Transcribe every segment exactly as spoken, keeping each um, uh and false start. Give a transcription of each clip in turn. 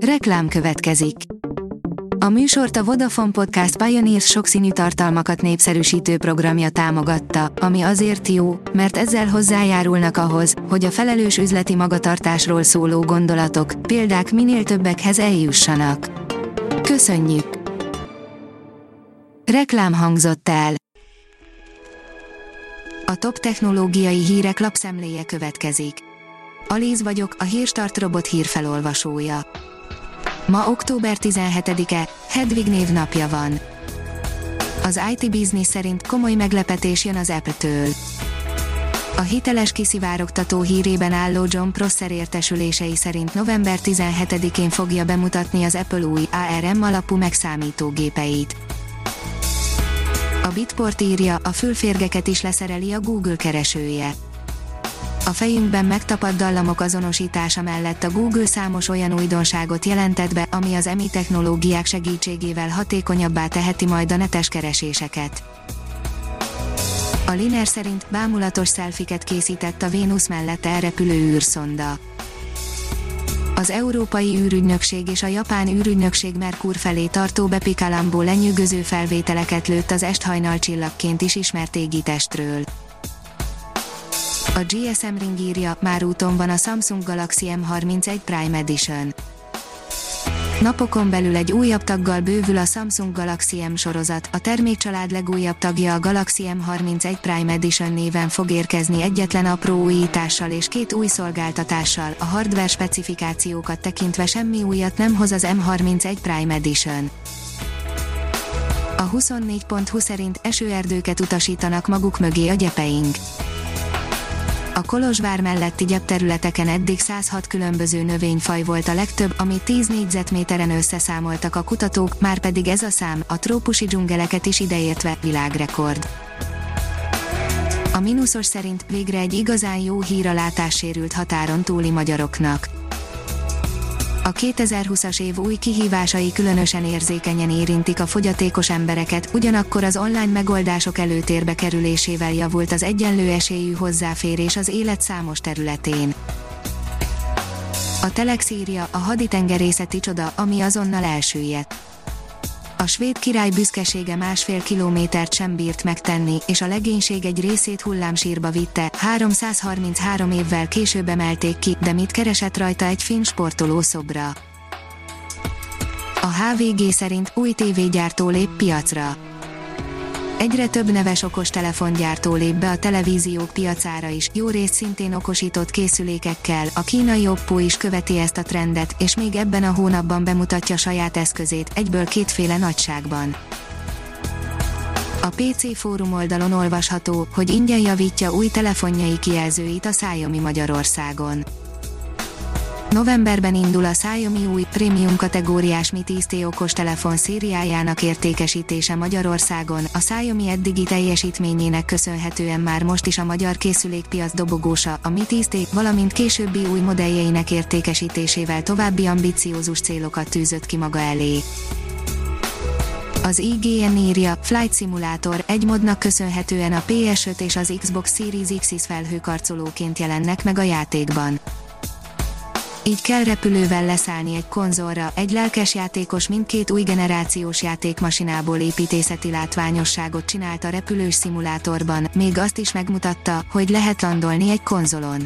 Reklám következik. A műsort a Vodafone Podcast Pioneers sokszínű tartalmakat népszerűsítő programja támogatta, ami azért jó, mert ezzel hozzájárulnak ahhoz, hogy a felelős üzleti magatartásról szóló gondolatok, példák minél többekhez eljussanak. Köszönjük! Reklám hangzott el. A top technológiai hírek lapszemléje következik. Alíz vagyok, a Hírstart robot hírfelolvasója. Ma október tizenhetedike, Hedvig névnapja van. Az i té Business szerint komoly meglepetés jön az Apple-től. A hiteles kiszivárogtató hírében álló John Prosser értesülései szerint november tizenhetedikén fogja bemutatni az Apple új á er em alapú megszámítógépeit. A Bitport írja, a fülférgeket is leszereli a Google keresője. A fejünkben megtapadt dallamok azonosítása mellett a Google számos olyan újdonságot jelentett be, ami az e-mi technológiák segítségével hatékonyabbá teheti majd a netes kereséseket. A Liner szerint bámulatos szelfiket készített a Vénusz mellett elrepülő űrszonda. Az Európai űrügynökség és a Japán űrügynökség Merkur felé tartó Bepicalambo lenyűgöző felvételeket lőtt az esthajnalcsillagként is ismert égitestről. A gé es em Ring írja, már úton van a Samsung Galaxy em harmincegy Prime Edition. Napokon belül egy újabb taggal bővül a Samsung Galaxy M sorozat, a termékcsalád legújabb tagja a Galaxy em harmincegy Prime Edition néven fog érkezni egyetlen apró újítással és két új szolgáltatással, a hardware specifikációkat tekintve semmi újat nem hoz az em harmincegy Prime Edition. A huszonnégy pont hu szerint esőerdőket utasítanak maguk mögé a gyepeink. A Kolozsvár melletti gyepterületeken eddig száz hat különböző növényfaj volt a legtöbb, amit tíz négyzetméteren összeszámoltak a kutatók, márpedig ez a szám, a trópusi dzsungeleket is ideértve, világrekord. A mínuszos szerint végre egy igazán jó hír a látássérült határon túli magyaroknak. A kétezer-húszas év új kihívásai különösen érzékenyen érintik a fogyatékos embereket, ugyanakkor az online megoldások előtérbe kerülésével javult az egyenlő esélyű hozzáférés az élet számos területén. A Telex írja, a haditengerészeti csoda, ami azonnal elsüllyedt. A svéd király büszkesége másfél kilométert sem bírt megtenni, és a legénység egy részét hullámsírba vitte, háromszázharminchárom évvel később emelték ki, de mit keresett rajta egy finn sportoló szobra? A há vé gé szerint új tévégyártó lép piacra. Egyre több neves okostelefongyártó lép be a televíziók piacára is, jó részt szintén okosított készülékekkel, a kínai Oppo is követi ezt a trendet, és még ebben a hónapban bemutatja saját eszközét, egyből kétféle nagyságban. A pé cé Fórum oldalon olvasható, hogy ingyen javítja új telefonjai kijelzőit a Xiaomi Magyarországon. Novemberben indul a Xiaomi új, prémium kategóriás Mi tíz té okostelefon szériájának értékesítése Magyarországon. A Xiaomi eddigi teljesítményének köszönhetően már most is a magyar készülékpiac dobogósa, a Mi tíz té, valamint későbbi új modelljeinek értékesítésével további ambiciózus célokat tűzött ki maga elé. Az i gé en írja, Flight Simulator, egy modnak köszönhetően a pé es öt és az Xbox Series X felhőkarcolóként jelennek meg a játékban. Így kell repülővel leszállni egy konzolra, egy lelkes játékos mindkét új generációs játékmasinából építészeti látványosságot csinált a repülős szimulátorban, még azt is megmutatta, hogy lehet landolni egy konzolon.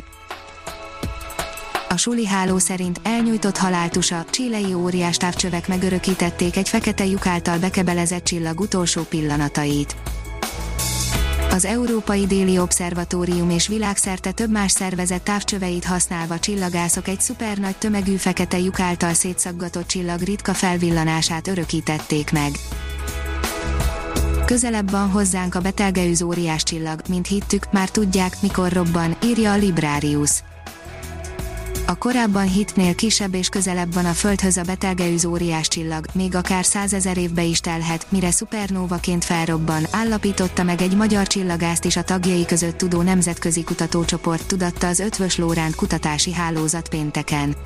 A suli háló szerint elnyújtott haláltusa, chilei óriás távcsövek megörökítették egy fekete lyuk által bekebelezett csillag utolsó pillanatait. Az Európai Déli Obszervatórium és világszerte több más szervezet távcsöveit használva csillagászok egy szupernagy tömegű fekete lyuk által szétszaggatott csillag ritka felvillanását örökítették meg. Közelebb van hozzánk a betelgeűz óriás csillag, mint hittük, már tudják, mikor robban, írja a Librarius. A korábban hittnél kisebb és közelebb van a Földhöz a betelgeűz óriás csillag, még akár százezer évbe is telhet, mire szupernóvaként felrobban, állapította meg egy magyar csillagászt is a tagjai között tudó nemzetközi kutatócsoport, tudatta az Eötvös Loránd kutatási hálózat pénteken.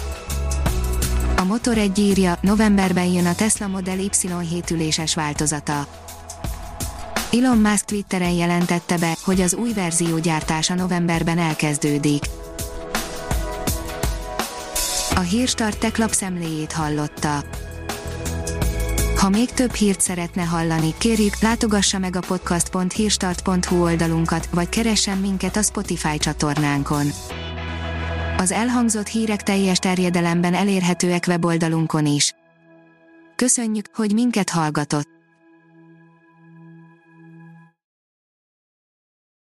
A Motor egy írja, novemberben jön a Tesla Model Y hét üléses változata. Elon Musk Twitteren jelentette be, hogy az új verzió gyártása novemberben elkezdődik. A Hírstart tech lapszemléjét hallotta. Ha még több hírt szeretne hallani, kérjük, látogassa meg a podcast pont hírstart pont hu oldalunkat, vagy keressen minket a Spotify csatornánkon. Az elhangzott hírek teljes terjedelemben elérhetőek weboldalunkon is. Köszönjük, hogy minket hallgatott!